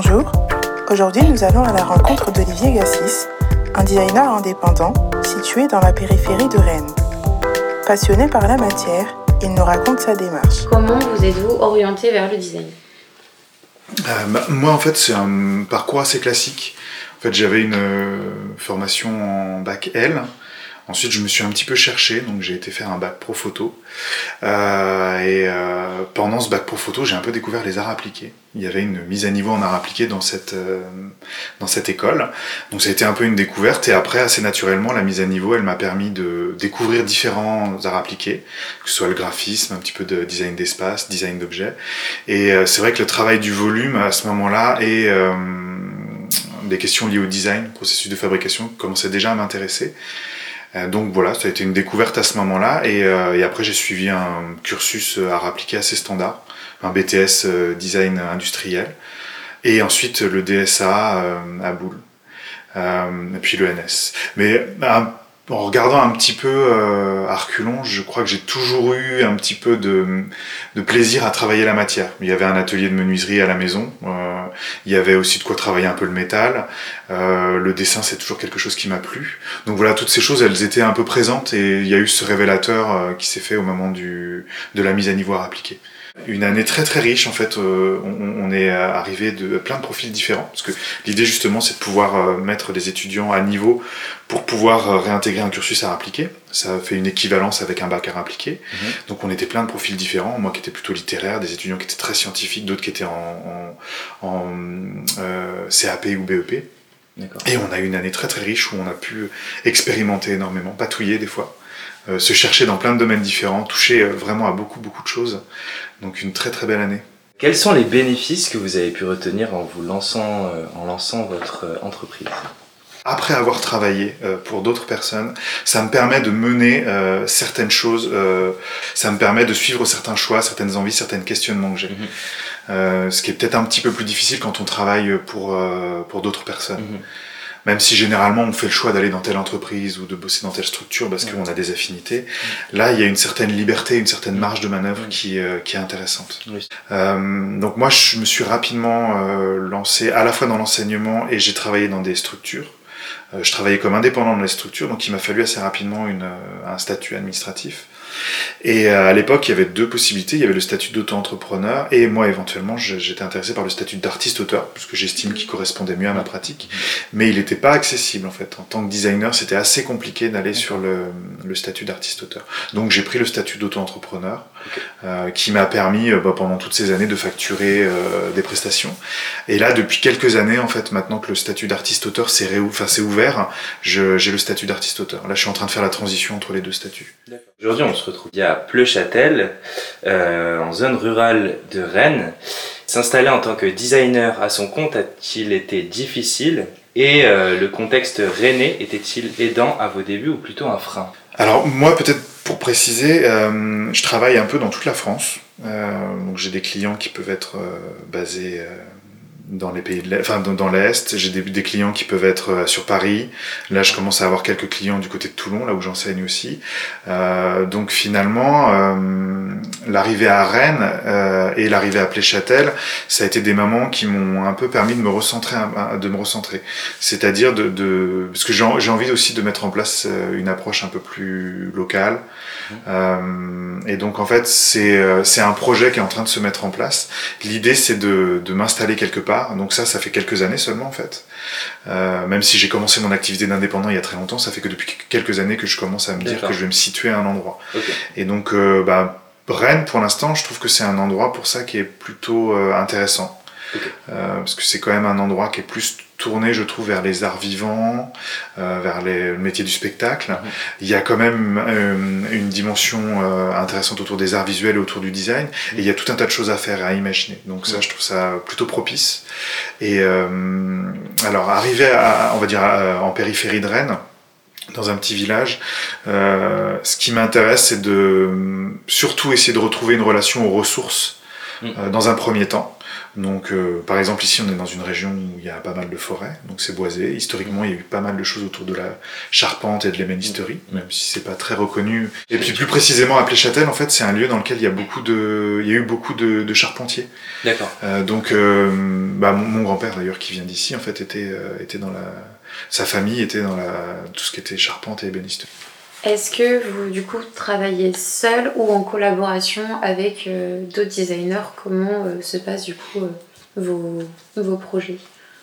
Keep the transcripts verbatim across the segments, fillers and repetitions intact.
Bonjour, aujourd'hui nous allons à la rencontre d'Olivier Gassis, un designer indépendant situé dans la périphérie de Rennes. Passionné par la matière, il nous raconte sa démarche. Comment vous êtes-vous orienté vers le design ? euh, bah, Moi en fait c'est un parcours assez classique. En fait j'avais une euh, formation en bac L. Ensuite, je me suis un petit peu cherché, donc j'ai été faire un bac pro photo. Euh, et euh, pendant ce bac pro photo, j'ai un peu découvert les arts appliqués. Il y avait une mise à niveau en arts appliqués dans cette, euh, dans cette école. Donc ça a été un peu une découverte. Et après, assez naturellement, la mise à niveau, elle m'a permis de découvrir différents arts appliqués, que ce soit le graphisme, un petit peu de design d'espace, design d'objets. Et euh, c'est vrai que le travail du volume, à ce moment-là, et euh, des questions liées au design, processus de fabrication, commençaient déjà à m'intéresser. Donc voilà, ça a été une découverte à ce moment-là, et, euh, et après j'ai suivi un cursus art appliqué assez standard, un B T S euh, design industriel, et ensuite le D S A euh, à Boulle, euh, et puis l'E N S. Mais un, en regardant un petit peu euh, à reculons, je crois que j'ai toujours eu un petit peu de, de plaisir à travailler la matière. Il y avait un atelier de menuiserie à la maison, euh, il y avait aussi de quoi travailler un peu le métal, euh, le dessin c'est toujours quelque chose qui m'a plu. Donc voilà, toutes ces choses elles étaient un peu présentes, et il y a eu ce révélateur euh, qui s'est fait au moment du, de la mise à niveau à appliquer. Une année très très riche en fait, euh, on, on est arrivé de plein de profils différents, parce que l'idée justement c'est de pouvoir euh, mettre des étudiants à niveau pour pouvoir euh, réintégrer un cursus à appliquer. Ça fait une équivalence avec un bac à appliquer. Mmh. Donc on était plein de profils différents, moi qui étais plutôt littéraire, des étudiants qui étaient très scientifiques, d'autres qui étaient en, en, en euh, C A P ou B E P. D'accord. Et on a eu une année très très riche où on a pu expérimenter énormément, patouiller des fois. Euh, se chercher dans plein de domaines différents, toucher euh, vraiment à beaucoup beaucoup de choses. Donc une très très belle année. Quels sont les bénéfices que vous avez pu retenir en vous lançant, euh, en lançant votre euh, entreprise ? Après avoir travaillé euh, pour d'autres personnes, ça me permet de mener euh, certaines choses, euh, ça me permet de suivre certains choix, certaines envies, certains questionnements que j'ai. Mmh. Euh, ce qui est peut-être un petit peu plus difficile quand on travaille pour, euh, pour d'autres personnes. Mmh. Même si généralement on fait le choix d'aller dans telle entreprise ou de bosser dans telle structure parce qu'on a des affinités, là il y a une certaine liberté, une certaine marge de manœuvre qui, euh, qui est intéressante. Oui. Euh, donc moi je me suis rapidement euh, lancé à la fois dans l'enseignement et j'ai travaillé dans des structures. Euh, je travaillais comme indépendant dans les structures, donc il m'a fallu assez rapidement une, un statut administratif. Et à l'époque, il y avait deux possibilités. Il y avait le statut d'auto-entrepreneur et moi, éventuellement, j'étais intéressé par le statut d'artiste-auteur parce que j'estime qu'il correspondait mieux à ma pratique. Mais il n'était pas accessible, en fait. En tant que designer, c'était assez compliqué d'aller sur le, le statut d'artiste-auteur. Donc, j'ai pris le statut d'auto-entrepreneur euh, qui m'a permis, bah, pendant toutes ces années, de facturer euh, des prestations. Et là, depuis quelques années, en fait, maintenant que le statut d'artiste-auteur s'est réou- enfin, c'est ouvert, je, j'ai le statut d'artiste-auteur. Là, je suis en train de faire la transition entre les deux statuts. Aujourd'hui, on se retrouve à Pleuchâtel, euh, en zone rurale de Rennes. S'installer en tant que designer à son compte a-t-il été difficile ? Et euh, le contexte rennais était-il aidant à vos débuts ou plutôt un frein ? Alors moi, peut-être pour préciser, euh, je travaille un peu dans toute la France. Euh, donc j'ai des clients qui peuvent être euh, basés euh, dans les pays de l'Est, enfin dans, dans l'Est. J'ai des, des clients qui peuvent être euh, sur Paris. Là, je commence à avoir quelques clients du côté de Toulon, là où j'enseigne aussi. Euh, donc finalement, euh, l'arrivée à Rennes euh, et l'arrivée à Pleuchâtel, ça a été des moments qui m'ont un peu permis de me recentrer, de me recentrer. C'est-à-dire de, de parce que j'ai, j'ai envie aussi de mettre en place une approche un peu plus locale. Euh, et donc en fait, c'est c'est un projet qui est en train de se mettre en place. L'idée, c'est de de m'installer quelque part. Donc ça, ça fait quelques années seulement en fait. Euh, même si j'ai commencé mon activité d'indépendant il y a très longtemps, ça fait que depuis quelques années que je commence à me dire D'accord. que je vais me situer à un endroit. Okay. Et donc, euh, bah, Rennes, pour l'instant, je trouve que c'est un endroit pour ça qui est plutôt euh, intéressant. Okay. Euh, parce que c'est quand même un endroit qui est plus tourné, je trouve, vers les arts vivants, euh, vers les, le métier du spectacle. Mmh. Il y a quand même euh, une dimension euh, intéressante autour des arts visuels et autour du design, mmh. et il y a tout un tas de choses à faire et à imaginer. Donc ça, mmh. je trouve ça plutôt propice. Et euh, alors, arriver à, on va dire, à, en périphérie de Rennes, dans un petit village, euh, ce qui m'intéresse, c'est de surtout essayer de retrouver une relation aux ressources, mmh. euh, dans un premier temps. Donc, euh, par exemple, ici, on est dans une région où il y a pas mal de forêts, donc c'est boisé. Historiquement, il y a eu pas mal de choses autour de la charpente et de l'ébénisterie, même si c'est pas très reconnu. Et puis, plus précisément, à Pléchâtel, en fait, c'est un lieu dans lequel il y a beaucoup de, il y a eu beaucoup de, de charpentiers. D'accord. Euh, donc, euh, bah, mon, mon grand-père, d'ailleurs, qui vient d'ici, en fait, était, euh, était dans la, sa famille était dans la, tout ce qui était charpente et ébénisterie. Est-ce que vous, du coup, travaillez seul ou en collaboration avec euh, d'autres designers? Comment euh, se passent, du coup, euh, vos, vos projets?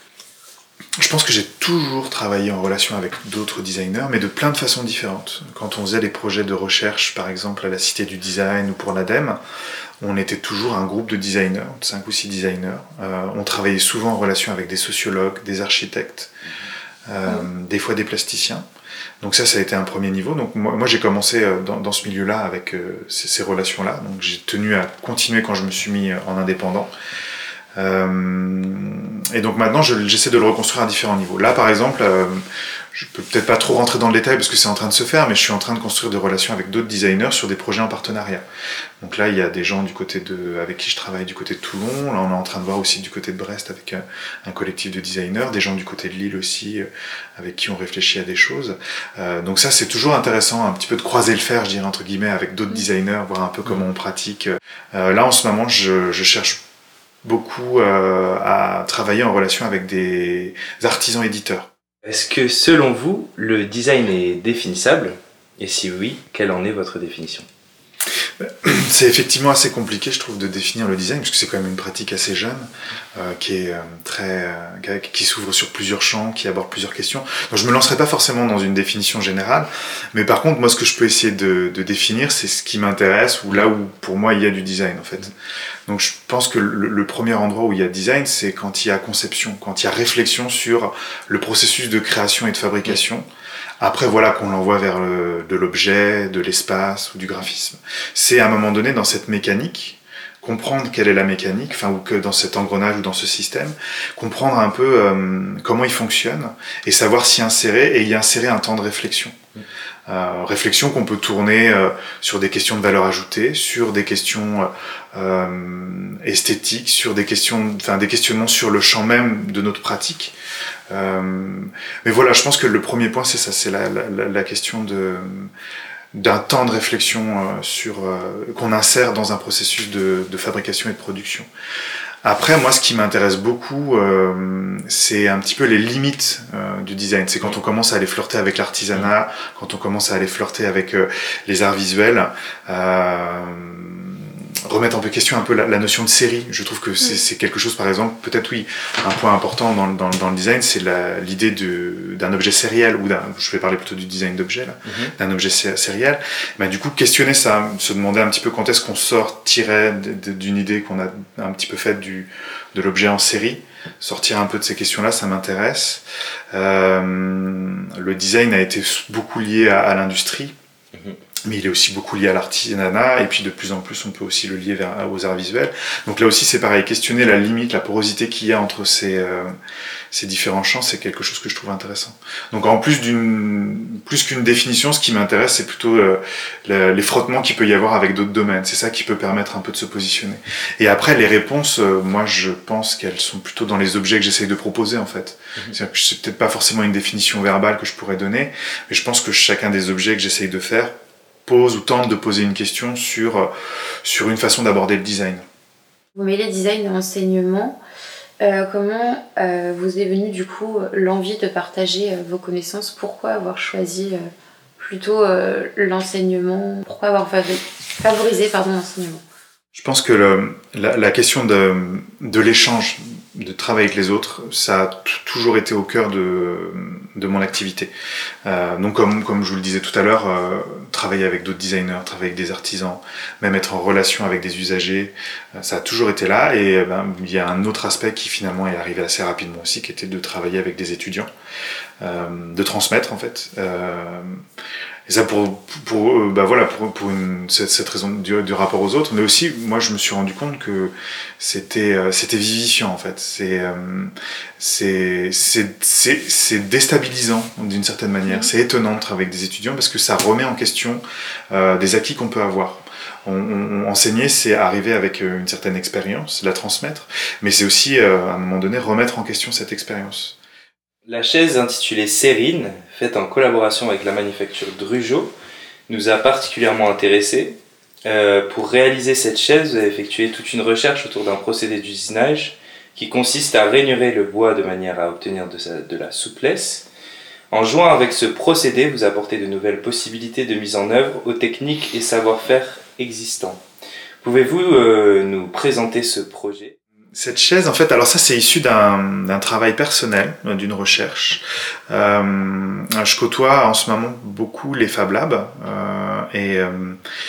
Je pense que j'ai toujours travaillé en relation avec d'autres designers, mais de plein de façons différentes. Quand on faisait des projets de recherche, par exemple à la Cité du Design ou pour l'ADEME, on était toujours un groupe de designers, cinq ou six designers. Euh, on travaillait souvent en relation avec des sociologues, des architectes, euh, mmh. des fois des plasticiens. Donc ça, ça a été un premier niveau. Donc moi, moi j'ai commencé dans, dans ce milieu-là avec euh, ces, ces relations-là. Donc j'ai tenu à continuer quand je me suis mis en indépendant. Euh, et donc maintenant, je, j'essaie de le reconstruire à différents niveaux. Là, par exemple, euh, je peux peut-être pas trop rentrer dans le détail parce que c'est en train de se faire, mais je suis en train de construire des relations avec d'autres designers sur des projets en partenariat. Donc là, il y a des gens du côté de, avec qui je travaille du côté de Toulon. Là, on est en train de voir aussi du côté de Brest avec un, un collectif de designers, des gens du côté de Lille aussi, euh, avec qui on réfléchit à des choses. Euh, donc ça, c'est toujours intéressant, un petit peu de croiser le fer, je dirais entre guillemets, avec d'autres designers, voir un peu comment on pratique. Euh, là, en ce moment, je, je cherche beaucoup euh, à travailler en relation avec des artisans éditeurs. Est-ce que selon vous, le design est définissable? Et si oui, quelle en est votre définition? C'est effectivement assez compliqué, je trouve, de définir le design, parce que c'est quand même une pratique assez jeune, euh, qui est euh, très, euh, qui s'ouvre sur plusieurs champs, qui aborde plusieurs questions. Donc je me lancerai pas forcément dans une définition générale, mais par contre, moi, ce que je peux essayer de, de définir, c'est ce qui m'intéresse, ou là où, pour moi, il y a du design, en fait. Donc je pense que le, le premier endroit où il y a design, c'est quand il y a conception, quand il y a réflexion sur le processus de création et de fabrication. Après, voilà, qu'on l'envoie vers le, de l'objet, de l'espace ou du graphisme. C'est à un moment donné, dans cette mécanique, comprendre quelle est la mécanique, enfin, ou que dans cet engrenage ou dans ce système, comprendre un peu euh, comment il fonctionne et savoir s'y insérer et y insérer un temps de réflexion. Euh, réflexion qu'on peut tourner euh, sur des questions de valeur ajoutée, sur des questions euh, esthétiques, sur des questions, enfin des questionnements sur le champ même de notre pratique. Euh, mais voilà, je pense que le premier point, c'est ça, c'est la, la, la question de d'un temps de réflexion euh, sur euh, qu'on insère dans un processus de, de fabrication et de production. Après, moi, ce qui m'intéresse beaucoup, euh, c'est un petit peu les limites euh, du design. C'est quand on commence à aller flirter avec l'artisanat, quand on commence à aller flirter avec euh, les arts visuels, euh, remettre en question un peu la, la notion de série. Je trouve que c'est, c'est quelque chose, par exemple, peut-être oui, un point important dans, dans, dans le design, c'est la, l'idée de, d'un objet sériel, ou d'un, je vais parler plutôt du design d'objet, là, mm-hmm. d'un objet sériel. Ben, du coup, questionner ça, se demander un petit peu quand est-ce qu'on sortirait d'une idée qu'on a un petit peu faite du, de l'objet en série. Sortir un peu de ces questions-là, ça m'intéresse. Euh, le design a été beaucoup lié à, à l'industrie. Mm-hmm. Mais il est aussi beaucoup lié à l'artisanat, et puis de plus en plus on peut aussi le lier vers, aux arts visuels. Donc là aussi c'est pareil, questionner la limite, la porosité qu'il y a entre ces, euh, ces différents champs, c'est quelque chose que je trouve intéressant. Donc en plus d'une, plus qu'une définition, ce qui m'intéresse, c'est plutôt euh, le, les frottements qu'il peut y avoir avec d'autres domaines. C'est ça qui peut permettre un peu de se positionner. Et après les réponses, euh, moi je pense qu'elles sont plutôt dans les objets que j'essaye de proposer en fait. Mmh. C'est-à-dire que c'est peut-être pas forcément une définition verbale que je pourrais donner, mais je pense que chacun des objets que j'essaye de faire pose ou tente de poser une question sur, sur une façon d'aborder le design. Vous mêlez design et enseignement. Euh, comment euh, vous est venue du coup l'envie de partager euh, vos connaissances? Pourquoi avoir choisi euh, plutôt euh, l'enseignement? Pourquoi avoir favorisé pardon, l'enseignement? Je pense que le, la, la question de, de l'échange, de travailler avec les autres, ça a t- toujours été au cœur de, de mon activité. Euh, donc comme, comme je vous le disais tout à l'heure, euh, travailler avec d'autres designers, travailler avec des artisans, même être en relation avec des usagers, euh, ça a toujours été là. Et ben, il y a un autre aspect qui finalement est arrivé assez rapidement aussi, qui était de travailler avec des étudiants, euh, de transmettre en fait. Euh, Et ça pour, pour, euh, bah voilà, pour, pour une, cette, cette raison du, du rapport aux autres, mais aussi, moi, je me suis rendu compte que c'était, euh, c'était vivifiant, en fait. C'est, euh, c'est, c'est, c'est, c'est déstabilisant, d'une certaine manière. Mmh. C'est étonnant de travailler avec des étudiants parce que ça remet en question euh, des acquis qu'on peut avoir. on, on, enseigner, c'est arriver avec une certaine expérience, la transmettre, mais c'est aussi, euh, à un moment donné, remettre en question cette expérience. La chaise intitulée Sérine, faite en collaboration avec la manufacture Drugeau, nous a particulièrement intéressés. Euh, pour réaliser cette chaise, vous avez effectué toute une recherche autour d'un procédé d'usinage qui consiste à rainurer le bois de manière à obtenir de, sa, de la souplesse. En jouant avec ce procédé, vous apportez de nouvelles possibilités de mise en œuvre aux techniques et savoir-faire existants. Pouvez-vous euh, nous présenter ce projet ? Cette chaise, en fait, alors ça c'est issu d'un, d'un travail personnel, d'une recherche. Euh, je côtoie en ce moment beaucoup les Fab Labs euh, et euh,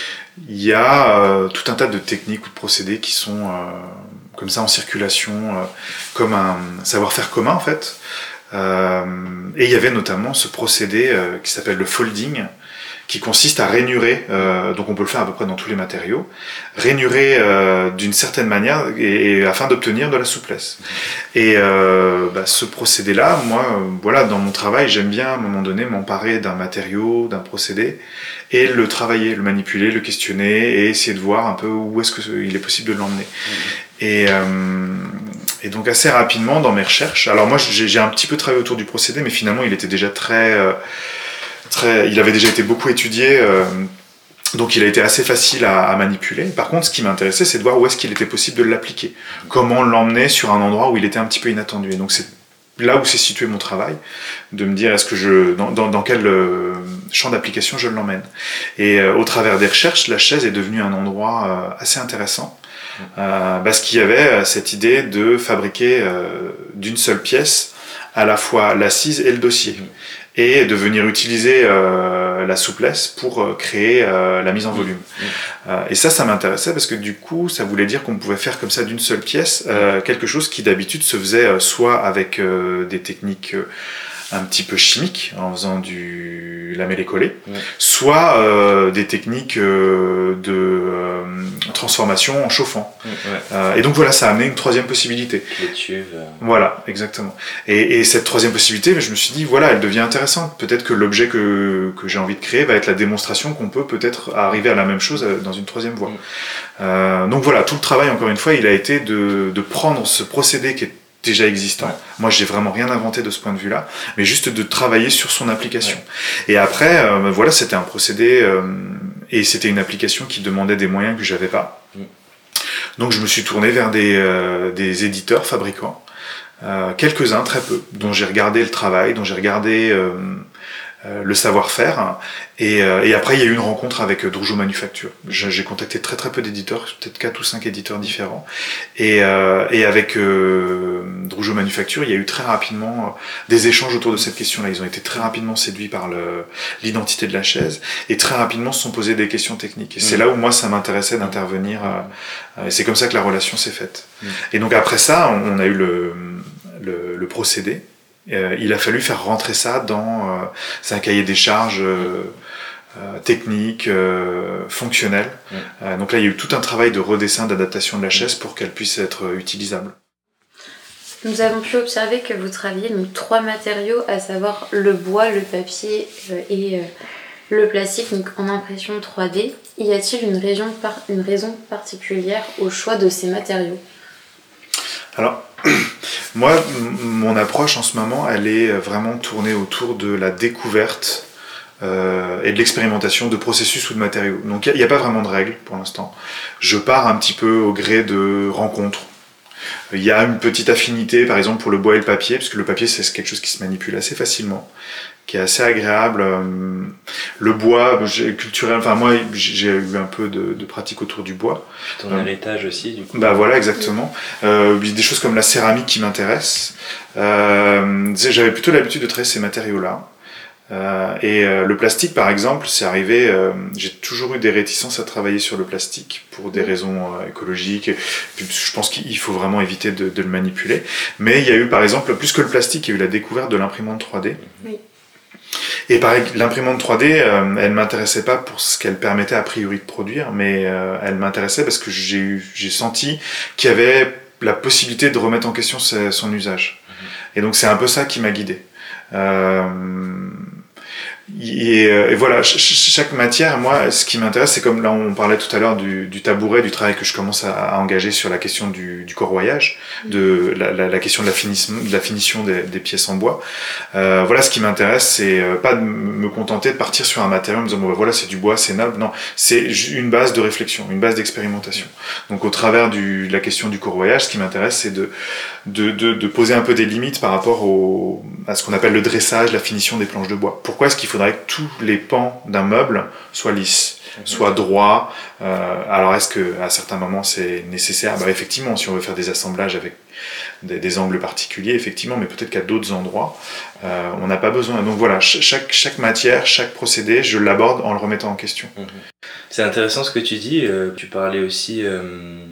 il y a euh, tout un tas de techniques ou de procédés qui sont euh, comme ça en circulation, euh, comme un savoir-faire commun en fait. Euh, et il y avait notamment ce procédé euh, qui s'appelle le folding, qui consiste à rainurer, euh, donc on peut le faire à peu près dans tous les matériaux, rainurer euh, d'une certaine manière et, et afin d'obtenir de la souplesse. Et euh, bah, ce procédé-là, moi, euh, voilà, dans mon travail, j'aime bien à un moment donné m'emparer d'un matériau, d'un procédé, et le travailler, le manipuler, le questionner, et essayer de voir un peu où est-ce qu'il est possible de l'emmener. Mmh. Et, euh, et donc assez rapidement dans mes recherches, alors moi j'ai, j'ai un petit peu travaillé autour du procédé, mais finalement il était déjà très... Euh, Très, il avait déjà été beaucoup étudié, euh, donc il a été assez facile à, à manipuler. Par contre, ce qui m'intéressait, c'est de voir où est-ce qu'il était possible de l'appliquer. Comment l'emmener sur un endroit où il était un petit peu inattendu. Et donc c'est là où s'est situé mon travail, de me dire est-ce que je, dans, dans, dans quel euh, champ d'application je l'emmène. Et euh, au travers des recherches, la chaise est devenue un endroit euh, assez intéressant. Euh, parce qu'il y avait cette idée de fabriquer euh, d'une seule pièce à la fois l'assise et le dossier. Et de venir utiliser euh, la souplesse pour euh, créer euh, la mise en volume. Mmh. Euh, et ça, ça m'intéressait parce que du coup, ça voulait dire qu'on pouvait faire comme ça d'une seule pièce euh, quelque chose qui d'habitude se faisait euh, soit avec euh, des techniques euh, un petit peu chimiques, en faisant du lamellé-collé, mmh. soit euh, des techniques euh, de euh, transformation en chauffant. Mmh, ouais. euh, et donc voilà, ça a amené une troisième possibilité. Les tubes. Euh... Voilà, exactement. Et, et cette troisième possibilité, je me suis dit, voilà, elle devient intéressante. Peut-être que l'objet que, que j'ai envie de créer va être la démonstration qu'on peut peut-être arriver à la même chose dans une troisième voie. Mmh. Euh, donc voilà, tout le travail, encore une fois, il a été de, de prendre ce procédé qui est déjà existant. Ouais. Moi, j'ai vraiment rien inventé de ce point de vue-là, mais juste de travailler sur son application. Ouais. Et après, euh, voilà, c'était un procédé euh, et c'était une application qui demandait des moyens que j'avais pas. Mm. Donc, je me suis tourné vers des, euh, des éditeurs, fabricants, euh, quelques-uns, très peu, dont j'ai regardé le travail, dont j'ai regardé euh, euh, le savoir-faire. Et, euh, et après, il y a eu une rencontre avec euh, Drugeau Manufacture. J'ai, j'ai contacté très très peu d'éditeurs, peut-être quatre ou cinq éditeurs différents. Et, euh, et avec euh, Drugeau Manufacture, il y a eu très rapidement euh, des échanges autour de cette question-là. Ils ont été très rapidement séduits par le, l'identité de la chaise et très rapidement se sont posés des questions techniques. Et mmh. c'est là où moi, ça m'intéressait d'intervenir. Euh, et c'est comme ça que la relation s'est faite. Mmh. Et donc après ça, on, on a eu le, le, le procédé. Euh, il a fallu faire rentrer ça dans euh, un cahier des charges euh, euh, technique, euh, fonctionnel. Mmh. Euh, donc là, il y a eu tout un travail de redessin, d'adaptation de la chaise pour qu'elle puisse être utilisable. Nous avons pu observer que vous travaillez donc trois matériaux, à savoir le bois, le papier euh, et euh, le plastique, donc en impression trois D. Y a-t-il une, région par- une raison particulière au choix de ces matériaux ? Alors, moi, m- mon approche en ce moment, elle est vraiment tournée autour de la découverte euh, et de l'expérimentation de processus ou de matériaux. Donc, il n'y a, a pas vraiment de règles pour l'instant. Je pars un petit peu au gré de rencontres. Il y a une petite affinité, par exemple, pour le bois et le papier, parce que le papier, c'est quelque chose qui se manipule assez facilement, qui est assez agréable. Le bois, j'ai, culturel, enfin moi, j'ai eu un peu de, de pratique autour du bois. Ton euh, héritage aussi, du coup. Bah voilà, exactement. Euh, des choses comme la céramique qui m'intéressent. Euh, j'avais plutôt l'habitude de travailler ces matériaux-là. Euh, et euh, le plastique, par exemple, c'est arrivé. Euh, j'ai toujours eu des réticences à travailler sur le plastique pour des raisons euh, écologiques. Et puis, je pense qu'il faut vraiment éviter de, de le manipuler. Mais il y a eu, par exemple, plus que le plastique, il y a eu la découverte de l'imprimante trois D. Oui. Et pareil, l'imprimante trois D, euh, elle m'intéressait pas pour ce qu'elle permettait a priori de produire, mais euh, elle m'intéressait parce que j'ai eu, j'ai senti qu'il y avait la possibilité de remettre en question son usage. Mmh. Et donc c'est un peu ça qui m'a guidé. Euh, Et, et voilà, ch- chaque matière, moi, ce qui m'intéresse, c'est comme là on parlait tout à l'heure du, du tabouret, du travail que je commence à, à engager sur la question du, du corroyage, de la, la, la question de la, finis, de la finition des, des pièces en bois. Euh, voilà, ce qui m'intéresse, c'est pas de me contenter de partir sur un matériau en me disant bon, ben voilà, c'est du bois, c'est noble. Non, c'est une base de réflexion, une base d'expérimentation. Donc au travers du, de la question du corroyage, ce qui m'intéresse, c'est de, de, de, de poser un peu des limites par rapport au, à ce qu'on appelle le dressage, la finition des planches de bois. Pourquoi est-ce qu'il faudrait que tous les pans d'un meuble soient lisses, soient droits? euh, Alors est-ce qu'à certains moments c'est nécessaire? Bah, effectivement, si on veut faire des assemblages avec des, des angles particuliers, effectivement, mais peut-être qu'à d'autres endroits, euh, on n'a pas besoin. Donc voilà, chaque, chaque matière, chaque procédé, je l'aborde en le remettant en question. C'est intéressant ce que tu dis. Euh, tu parlais aussi euh,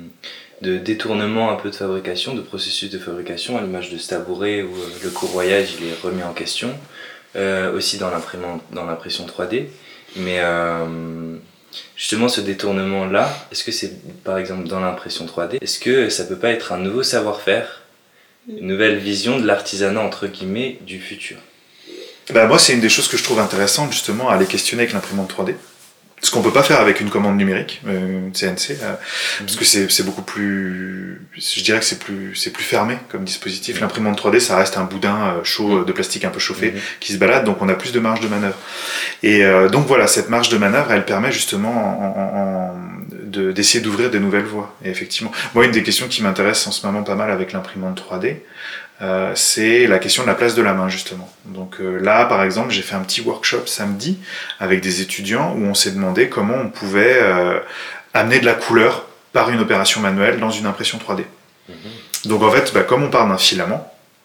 de détournement un peu de fabrication, de processus de fabrication, à l'image de ce tabouret où euh, le corroyage il est remis en question. Euh, aussi dans l'impression trois D, mais euh, justement ce détournement là, est-ce que c'est par exemple dans l'impression trois D, est-ce que ça peut pas être un nouveau savoir-faire, une nouvelle vision de l'artisanat entre guillemets du futur? Ben, moi c'est une des choses que je trouve intéressantes justement à aller questionner avec l'imprimante trois D. Ce qu'on peut pas faire avec une commande numérique, euh, une C N C, euh, mmh. parce que c'est, c'est beaucoup plus, je dirais que c'est plus, c'est plus fermé comme dispositif. Mmh. L'imprimante trois D, ça reste un boudin euh, chaud, mmh. de plastique un peu chauffé, mmh. qui se balade, donc on a plus de marge de manœuvre. Et euh, donc voilà, cette marge de manœuvre, elle permet justement en, en, en, de, d'essayer d'ouvrir des nouvelles voies. Et effectivement, moi une des questions qui m'intéresse en ce moment pas mal avec l'imprimante trois D, Euh, c'est la question de la place de la main justement. Donc euh, là par exemple j'ai fait un petit workshop samedi avec des étudiants où on s'est demandé comment on pouvait euh, amener de la couleur par une opération manuelle dans une impression trois D. Mmh. Donc en fait bah, comme on part d'un filament,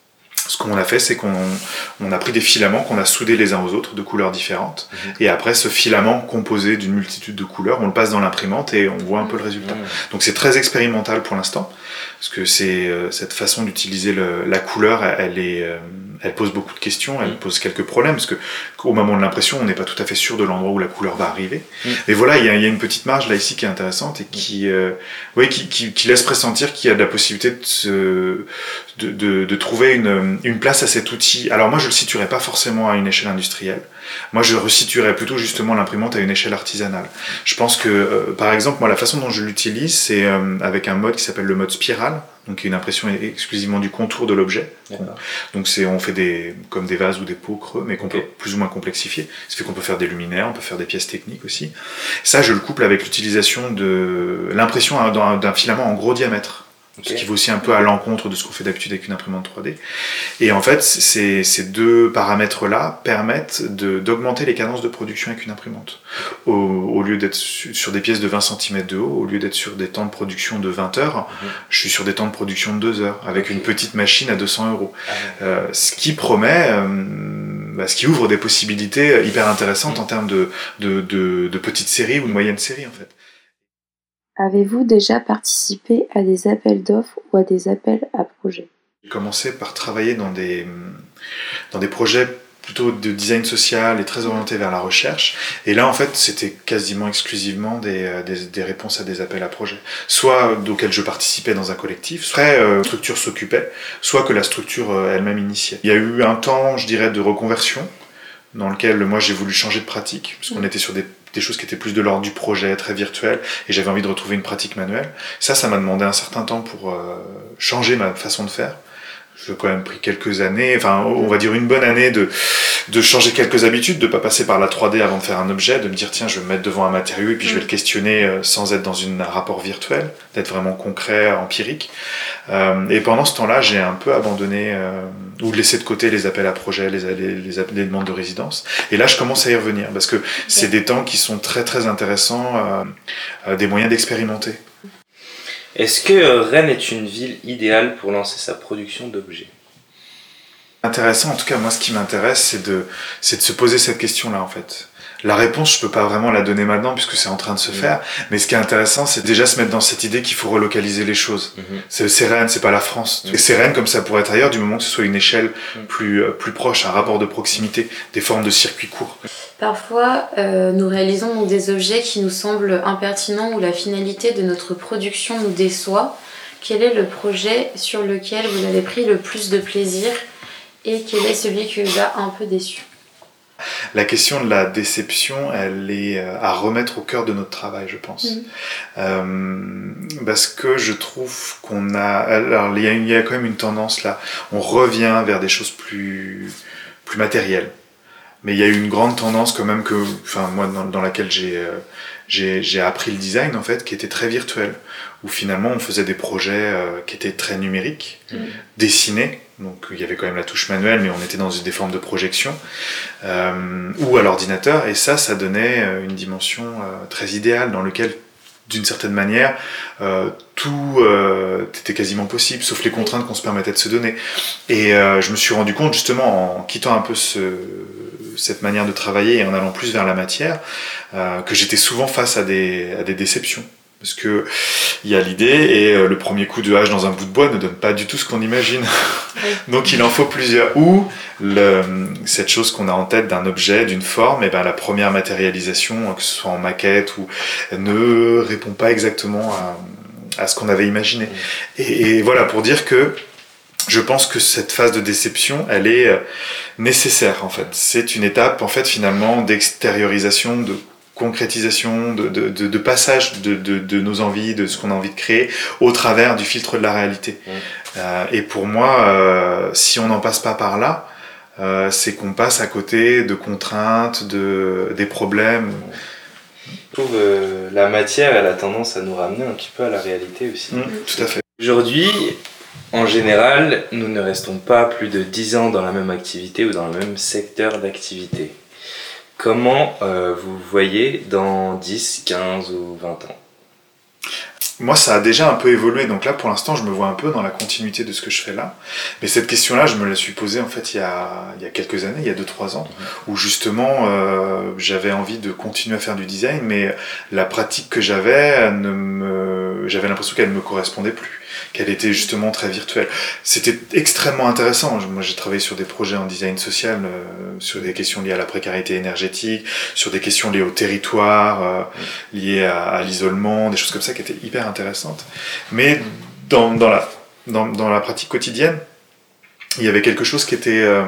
ce qu'on a fait c'est qu'on on a pris des filaments qu'on a soudés les uns aux autres de couleurs différentes mmh. et après ce filament composé d'une multitude de couleurs on le passe dans l'imprimante et on voit un peu le résultat. Mmh. Donc c'est très expérimental pour l'instant. Parce que c'est euh, cette façon d'utiliser le, la couleur, elle, est, euh, elle pose beaucoup de questions, elle mmh. pose quelques problèmes, parce que au moment de l'impression, on n'est pas tout à fait sûr de l'endroit où la couleur va arriver. Mmh. Et voilà, il y, y a une petite marge là ici qui est intéressante et qui, euh, ouais, qui, qui, qui laisse pressentir qu'il y a de la possibilité de, se, de, de, de trouver une, une place à cet outil. Alors moi, je le situerais pas forcément à une échelle industrielle. Moi, je resituerais plutôt justement l'imprimante à une échelle artisanale. Je pense que, euh, par exemple, moi, la façon dont je l'utilise, c'est euh, avec un mode qui s'appelle le mode spirale, donc une impression exclusivement du contour de l'objet. D'accord. Donc c'est, on fait des, comme des vases ou des pots creux, mais qu'on okay. peut plus ou moins complexifier. Ça fait qu'on peut faire des luminaires, on peut faire des pièces techniques aussi. Ça, je le couple avec l'utilisation de l'impression d'un, d'un filament en gros diamètre. Okay. Ce qui va aussi un peu à l'encontre de ce qu'on fait d'habitude avec une imprimante trois D. Et en fait, ces, ces deux paramètres-là permettent de, d'augmenter les cadences de production avec une imprimante. Au, au lieu d'être su, sur des pièces de vingt centimètres de haut, au lieu d'être sur des temps de production de vingt heures, mmh. je suis sur des temps de production de deux heures, avec okay. une petite machine à deux cents euros. Ah ouais. euh, ce qui promet... Euh, bah, ce qui ouvre des possibilités hyper intéressantes mmh. en termes de, de, de, de petites séries ou de moyennes séries, en fait. Avez-vous déjà participé à des appels d'offres ou à des appels à projets? J'ai commencé par travailler dans des, dans des projets plutôt de design social et très orientés vers la recherche. Et là, en fait, c'était quasiment exclusivement des, des, des réponses à des appels à projets. Soit auxquels je participais dans un collectif, soit euh, la structure s'occupait, soit que la structure euh, elle-même initiait. Il y a eu un temps, je dirais, de reconversion, dans lequel moi j'ai voulu changer de pratique, parce qu'on était sur des, des choses qui étaient plus de l'ordre du projet, très virtuel, et j'avais envie de retrouver une pratique manuelle. Ça, ça m'a demandé un certain temps pour euh, changer ma façon de faire. J'ai quand même pris quelques années, enfin on va dire une bonne année de, de changer quelques habitudes, de pas passer par la trois D avant de faire un objet, de me dire tiens je vais me mettre devant un matériau et puis je vais le questionner sans être dans une, un rapport virtuel, d'être vraiment concret, empirique. Euh, et pendant ce temps-là, j'ai un peu abandonné euh, ou laissé de côté les appels à projets, les, les, les, les demandes de résidence. Et là je commence à y revenir parce que c'est des temps qui sont très très intéressants, euh, euh, des moyens d'expérimenter. Est-ce que Rennes est une ville idéale pour lancer sa production d'objets ? Intéressant, en tout cas moi ce qui m'intéresse c'est de, c'est de se poser cette question-là en fait. La réponse je peux pas vraiment la donner maintenant puisque c'est en train de se mmh. faire, mais ce qui est intéressant c'est déjà se mettre dans cette idée qu'il faut relocaliser les choses. Mmh. C'est, c'est Rennes, c'est pas la France. Mmh. Et c'est Rennes comme ça pourrait être ailleurs du moment que ce soit une échelle mmh. plus, plus proche, un rapport de proximité, des formes de circuits courts. Parfois, euh, nous réalisons donc des objets qui nous semblent impertinents ou la finalité de notre production nous déçoit. Quel est le projet sur lequel vous avez pris le plus de plaisir et quel est celui qui vous a un peu déçu ? La question de la déception, elle est à remettre au cœur de notre travail, je pense. Mmh. Euh, parce que je trouve qu'on a... Alors, il y a, il y a quand même une tendance là. On revient vers des choses plus, plus matérielles. Mais il y a eu une grande tendance quand même que... Enfin, moi, dans, dans laquelle j'ai, euh, j'ai, j'ai appris le design, en fait, qui était très virtuel. Où finalement, on faisait des projets euh, qui étaient très numériques, mmh. dessinés. Donc il y avait quand même la touche manuelle, mais on était dans des formes de projection, euh, ou à l'ordinateur, et ça, ça donnait une dimension euh, très idéale, dans laquelle, d'une certaine manière, euh, tout euh, était quasiment possible, sauf les contraintes qu'on se permettait de se donner. Et euh, je me suis rendu compte, justement, en quittant un peu ce, cette manière de travailler et en allant plus vers la matière, euh, que j'étais souvent face à des, à des déceptions. Parce que il y a l'idée, et euh, le premier coup de hache dans un bout de bois ne donne pas du tout ce qu'on imagine. Oui. Donc il en faut plusieurs. Ou le, cette chose qu'on a en tête d'un objet, d'une forme, et ben la première matérialisation, que ce soit en maquette, ou ne répond pas exactement à, à ce qu'on avait imaginé. Oui. Et, et voilà, pour dire que je pense que cette phase de déception, elle est nécessaire en fait. C'est une étape en fait finalement d'extériorisation, de concrétisation, de, de, de, de passage de, de, de nos envies, de ce qu'on a envie de créer, au travers du filtre de la réalité. Mmh. Euh, et pour moi, euh, si on n'en passe pas par là, euh, c'est qu'on passe à côté de contraintes, de, des problèmes. Je trouve euh, la matière, elle a tendance à nous ramener un petit peu à la réalité aussi. Mmh, tout à fait. Aujourd'hui, en général, nous ne restons pas plus de dix ans dans la même activité ou dans le même secteur d'activité. Comment euh, vous voyez dans dix, quinze ou vingt ans ? Moi, ça a déjà un peu évolué, donc là, pour l'instant, je me vois un peu dans la continuité de ce que je fais là. Mais cette question-là, je me la suis posée, en fait, il y a, il y a quelques années, il y a deux trois ans, mmh. où justement, euh, j'avais envie de continuer à faire du design, mais la pratique que j'avais, ne me... j'avais l'impression qu'elle ne me correspondait plus, qu'elle était justement très virtuelle. C'était extrêmement intéressant. Moi, j'ai travaillé sur des projets en design social, euh, sur des questions liées à la précarité énergétique, sur des questions liées au territoire, euh, mmh. liées à, à l'isolement, des choses comme ça qui étaient hyper intéressante. Mais dans, dans, la, dans, dans la pratique quotidienne, il y avait quelque chose qui était euh,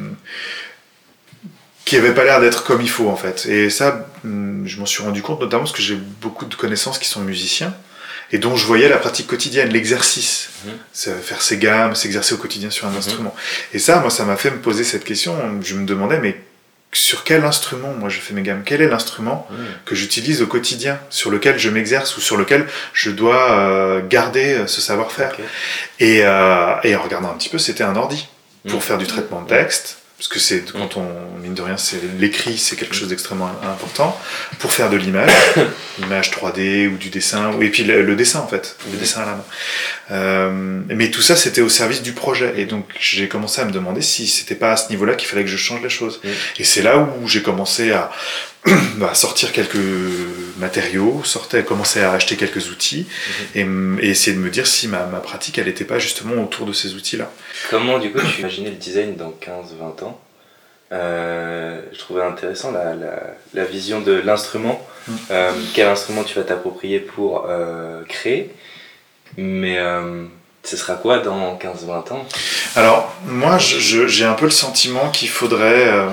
qui avait pas l'air d'être comme il faut en fait. Et ça, je m'en suis rendu compte notamment parce que j'ai beaucoup de connaissances qui sont musiciens et dont je voyais la pratique quotidienne, l'exercice, mmh. faire ses gammes, s'exercer au quotidien sur un mmh. instrument. Et ça, moi, ça m'a fait me poser cette question. Je me demandais, mais sur quel instrument moi je fais mes gammes ? Quel est l'instrument mmh. que j'utilise au quotidien, sur lequel je m'exerce ou sur lequel je dois euh, garder ce savoir-faire ? Okay. Et, euh, et en regardant un petit peu, c'était un ordi pour mmh. faire du traitement de texte, parce que c'est quand on mine de rien, c'est l'écrit, c'est quelque chose d'extrêmement important pour faire de l'image, l'image trois D ou du dessin, et puis le, le dessin en fait, le mmh. dessin à la main. Euh, mais tout ça, c'était au service du projet, et donc j'ai commencé à me demander si c'était pas à ce niveau-là qu'il fallait que je change les choses. Mmh. Et c'est là où j'ai commencé à bah, sortir quelques matériaux, sortir, commencer à acheter quelques outils mmh. et, et essayer de me dire si ma, ma pratique elle n'était pas justement autour de ces outils-là. Comment du coup tu imaginais le design dans quinze vingt ans ? euh, Je trouvais intéressant la, la, la vision de l'instrument, mmh. euh, quel instrument tu vas t'approprier pour euh, créer, mais euh, ce sera quoi dans quinze vingt ans ? Alors moi je, je, j'ai un peu le sentiment qu'il faudrait... Euh,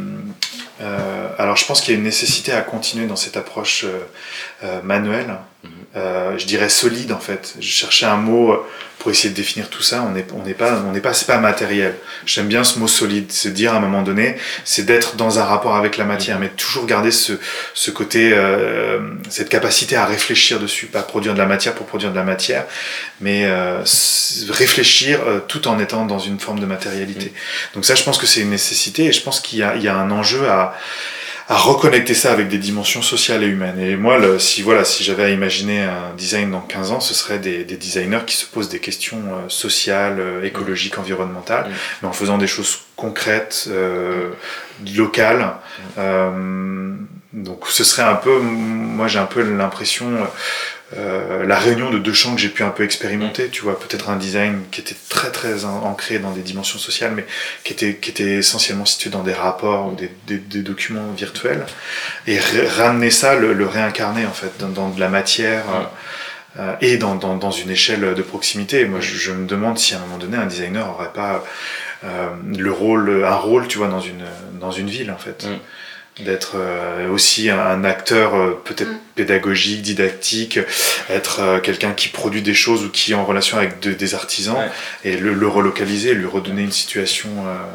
Euh, alors je pense qu'il y a une nécessité à continuer dans cette approche euh, euh, manuelle, mmh. euh, je dirais solide en fait. Je cherchais un mot pour essayer de définir tout ça. On n'est on n'est pas on n'est pas c'est pas matériel. J'aime bien ce mot solide, c'est dire à un moment donné, c'est d'être dans un rapport avec la matière, mmh. mais toujours garder ce ce côté, euh, cette capacité à réfléchir dessus, pas produire de la matière pour produire de la matière, mais euh, réfléchir euh, tout en étant dans une forme de matérialité. Mmh. Donc ça, je pense que c'est une nécessité, et je pense qu'il y a il y a un enjeu à à reconnecter ça avec des dimensions sociales et humaines. Et moi, le, si, voilà, si j'avais à imaginer un design dans quinze ans, ce serait des, des designers qui se posent des questions euh, sociales, euh, écologiques, mmh. environnementales, mmh. mais en faisant des choses concrètes, euh, locales. Mmh. Euh, donc ce serait un peu, moi j'ai un peu l'impression... Euh, la réunion de deux champs que j'ai pu un peu expérimenter, tu vois, peut-être un design qui était très très ancré dans des dimensions sociales, mais qui était, qui était essentiellement situé dans des rapports ou des, des, des documents virtuels, et r- ramener ça, le, le réincarner en fait, dans, dans de la matière euh, et dans, dans, dans une échelle de proximité. Moi je, je me demande si à un moment donné un designer aurait pas euh, le rôle, un rôle, tu vois, dans une, dans une ville, en fait. Mmh. D'être euh, aussi un, un acteur euh, peut-être mmh. pédagogique, didactique, être euh, quelqu'un qui produit des choses ou qui est en relation avec de, des artisans, ouais. et le, le relocaliser, lui redonner une situation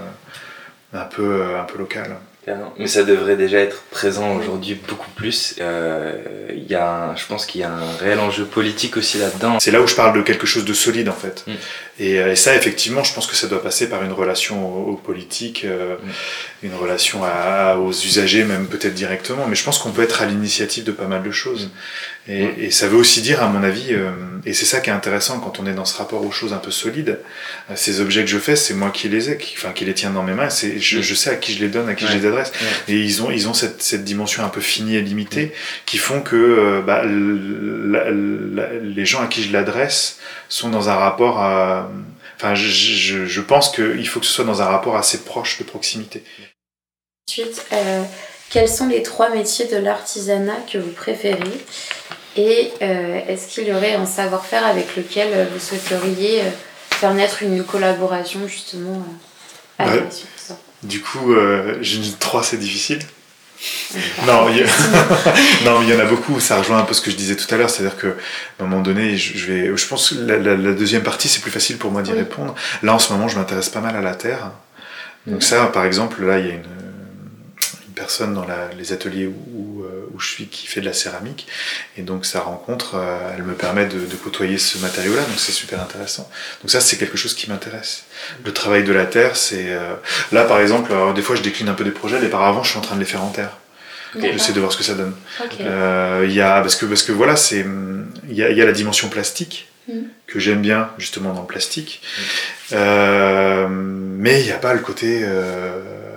euh, un peu, euh, un peu locale. Mais ça devrait déjà être présent aujourd'hui beaucoup plus. Euh, y a un, je pense qu'il y a un réel enjeu politique aussi là-dedans. C'est là où je parle de quelque chose de solide en fait. Mm. Et, et ça, effectivement, je pense que ça doit passer par une relation aux, aux politiques, euh, mm. une relation à, aux usagers, même peut-être directement. Mais je pense qu'on peut être à l'initiative de pas mal de choses. Mm. Et, mm. et ça veut aussi dire, à mon avis, euh, et c'est ça qui est intéressant quand on est dans ce rapport aux choses un peu solides, euh, ces objets que je fais, c'est moi qui les ai, qui, enfin qui les tiens dans mes mains. C'est, je, mm. je sais à qui je les donne, à qui ouais. je les adresse. Ouais. Et ils ont, ils ont cette, cette dimension un peu finie et limitée mm. qui font que euh, bah, la, la, les gens à qui je l'adresse sont dans un rapport à... Enfin, je, je, je pense qu'il faut que ce soit dans un rapport assez proche de proximité. Ensuite, euh, quels sont les trois métiers de l'artisanat que vous préférez ? Et euh, est-ce qu'il y aurait un savoir-faire avec lequel vous souhaiteriez euh, faire naître une collaboration justement euh, avec ouais. sur ça ? Du coup, euh, j'ai dit trois, c'est difficile. non, il y a... non, mais il y en a beaucoup. Ça rejoint un peu ce que je disais tout à l'heure, c'est-à-dire que, à un moment donné, je, je vais, je pense que la, la, la deuxième partie, c'est plus facile pour moi d'y oui. répondre. Là, en ce moment, je m'intéresse pas mal à la terre. Donc mmh. ça, par exemple, là, il y a une, une personne dans la, les ateliers où, où, où je suis qui fait de la céramique, et donc sa rencontre, elle me permet de, de côtoyer ce matériau-là. Donc c'est super intéressant. Donc ça, c'est quelque chose qui m'intéresse. Le travail de la terre, c'est euh... là, par exemple, alors, des fois, je décline un peu des projets. Les paravents, je suis en train de les faire en terre. Okay. J'essaie de voir ce que ça donne. Okay. Euh, y a, parce que, parce que voilà, c'est, il y a, y a la dimension plastique, mm. que j'aime bien, justement, dans le plastique. Mm. Euh, mais il n'y a pas le côté, euh,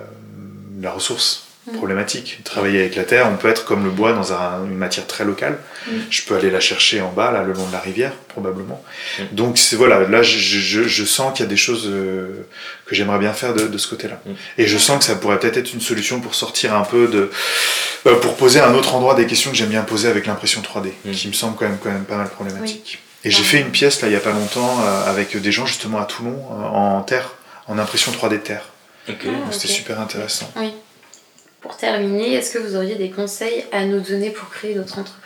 la ressource mm. problématique. Travailler avec la terre, on peut être comme le bois dans un, une matière très locale. Mm. Je peux aller la chercher en bas, là, le long de la rivière, probablement. Mm. Donc, c'est, voilà, là, je, je, je sens qu'il y a des choses euh, que j'aimerais bien faire de, de ce côté-là. Mm. Et je sens que ça pourrait peut-être être une solution pour sortir un peu de... Euh, pour poser à un autre endroit des questions que j'aime bien poser avec l'impression trois D, mm. qui me semble quand même, quand même pas mal problématique. Oui. Et j'ai fait une pièce, là, il y a pas longtemps, euh, avec des gens, justement, à Toulon, euh, en terre, en impression trois D terre. Okay. Donc, ah, c'était okay. super intéressant. Oui. Pour terminer, est-ce que vous auriez des conseils à nous donner pour créer notre entreprise ?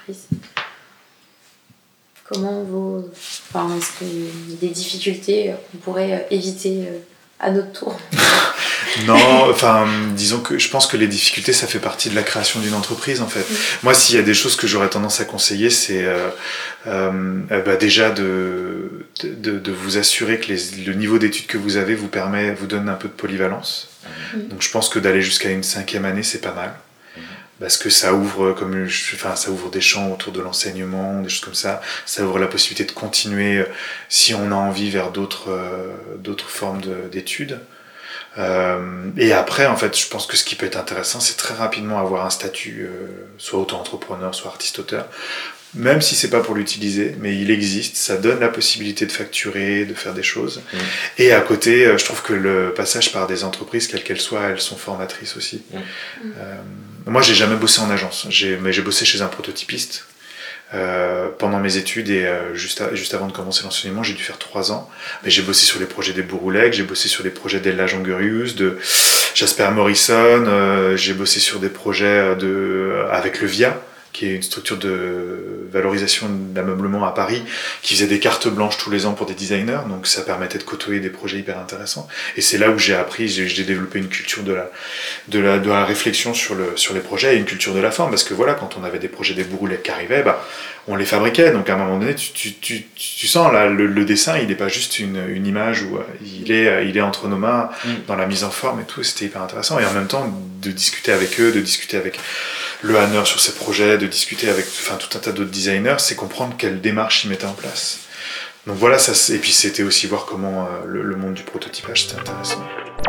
Comment vous... Enfin, est-ce qu'il y a des difficultés qu'on pourrait éviter à notre tour ? Non, enfin, disons que je pense que les difficultés, ça fait partie de la création d'une entreprise, en fait. Mmh. Moi, s'il y a des choses que j'aurais tendance à conseiller, c'est euh, euh, bah, déjà de, de, de vous assurer que les, le niveau d'études que vous avez vous permet, vous donne un peu de polyvalence. Mmh. Donc, je pense que d'aller jusqu'à une cinquième année, c'est pas mal. Parce que ça ouvre, comme je, enfin, ça ouvre des champs autour de l'enseignement, des choses comme ça. Ça ouvre la possibilité de continuer, si on a envie, vers d'autres, euh, d'autres formes de, d'études. Euh, et après, en fait, je pense que ce qui peut être intéressant, c'est très rapidement avoir un statut, euh, soit auto-entrepreneur, soit artiste-auteur. Même si c'est pas pour l'utiliser, mais il existe, ça donne la possibilité de facturer, de faire des choses. Mmh. Et à côté, je trouve que le passage par des entreprises, quelles qu'elles soient, elles sont formatrices aussi. Mmh. Euh, moi, j'ai jamais bossé en agence, j'ai, mais j'ai bossé chez un prototypiste. Euh, pendant mes études et euh, juste, à, juste avant de commencer l'enseignement, j'ai dû faire trois ans. Mais j'ai bossé sur les projets des Bouroulec, j'ai bossé sur les projets d'Ella Jongerius, de Jasper Morrison, euh, j'ai bossé sur des projets de, avec le V I A, qui est une structure de valorisation d'ameublement à Paris, qui faisait des cartes blanches tous les ans pour des designers, donc ça permettait de côtoyer des projets hyper intéressants. Et c'est là où j'ai appris, j'ai, j'ai développé une culture de la, de la, de la réflexion sur, le, sur les projets et une culture de la forme, parce que voilà, quand on avait des projets des Bouroulec qui arrivaient, bah, on les fabriquait, donc à un moment donné, tu, tu, tu, tu sens là, le, le dessin, il n'est pas juste une, une image où il est, il est entre nos mains, mmh. dans la mise en forme et tout, et c'était hyper intéressant. Et en même temps, de discuter avec eux, de discuter avec le Hanner sur ses projets, de discuter avec enfin, tout un tas d'autres designers, c'est comprendre quelle démarche ils mettaient en place. Donc voilà, ça, et puis c'était aussi voir comment euh, le, le monde du prototypage, c'était intéressant.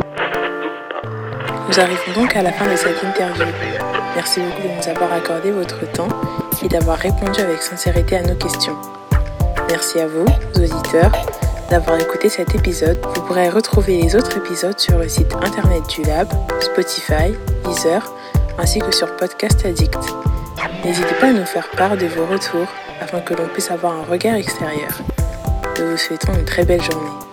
Nous arrivons donc à la fin de cette interview. Merci beaucoup de nous avoir accordé votre temps et d'avoir répondu avec sincérité à nos questions. Merci à vous, auditeurs, d'avoir écouté cet épisode. Vous pourrez retrouver les autres épisodes sur le site internet du Lab, Spotify, Deezer, ainsi que sur Podcast Addict. N'hésitez pas à nous faire part de vos retours afin que l'on puisse avoir un regard extérieur. Nous vous souhaitons une très belle journée.